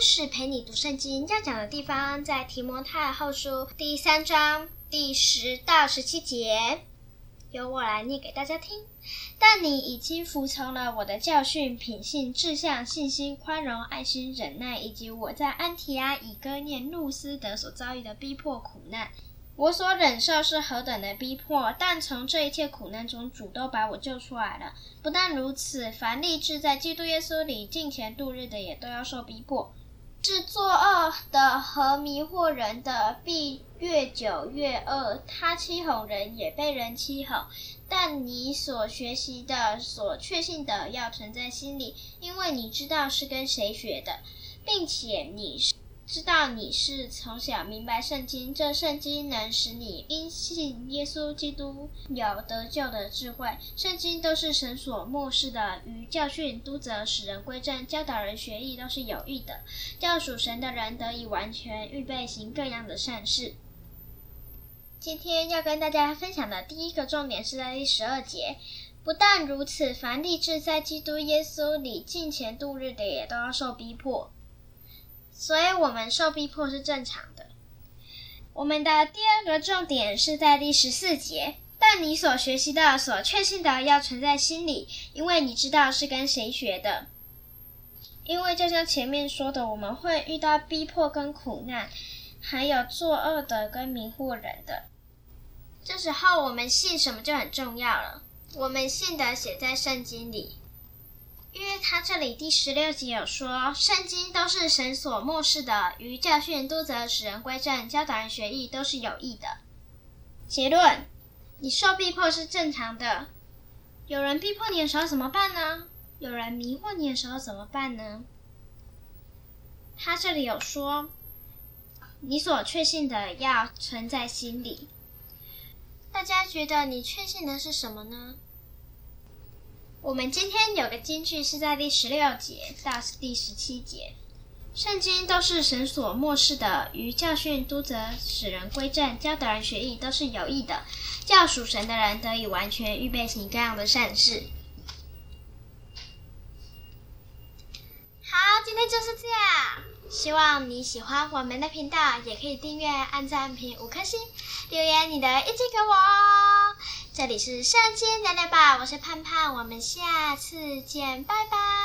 是陪你读圣经要讲的地方在提摩太后书第3章第10到17节，由我来念给大家听。但你已经服从了我的教训、品性、志向、信心、宽容、爱心、忍耐，以及我在安提阿、以哥念、路斯德所遭遇的逼迫苦难。我所忍受是何等的逼迫，但从这一切苦难中，主都把我救出来了。不但如此，凡立志在基督耶稣里敬虔度日的，也都要受逼迫。是作恶的和迷惑人的，必越久越恶。他欺哄人，也被人欺哄。但你所学习的、所确信的，要存在心里，因为你知道是跟谁学的，并且你知道你是从小明白圣经，这圣经能使你因信耶稣基督有得救的智慧。圣经都是神所默示的，于教训、督责、使人归正、教导人学义，都是有益的，叫属神的人得以完全，预备行各样的善事。今天要跟大家分享的第一个重点是在第12节。不但如此，凡立志在基督耶稣里敬虔度日的，也都要受逼迫。所以我们受逼迫是正常的。我们的第二个重点是在第14节。但你所学习的、所确信的，要存在心里，因为你知道是跟谁学的。因为就像前面说的，我们会遇到逼迫跟苦难，还有作恶的跟迷惑人的。这时候我们信什么就很重要了。我们信的写在圣经里。因为他这里第16节有说，圣经都是神所默示的，于教训、督责、使人归正、教导人学义，都是有益的。结论，你受逼迫是正常的。有人逼迫你的时候怎么办呢？有人迷惑你的时候怎么办呢？他这里有说，你所确信的要存在心里。大家觉得你确信的是什么呢？我们今天有个金句是在第16节到第17节。圣经都是神所默示的，于教训、督责、使人归正、教导人学义，都是有益的，叫属神的人得以完全，预备行各样的善事。好，今天就是这样。希望你喜欢我们的频道，也可以订阅、按赞、评5颗星，留言你的意见给我哦。这里是圣经聊聊吧，我是盼盼，我们下次见，拜拜。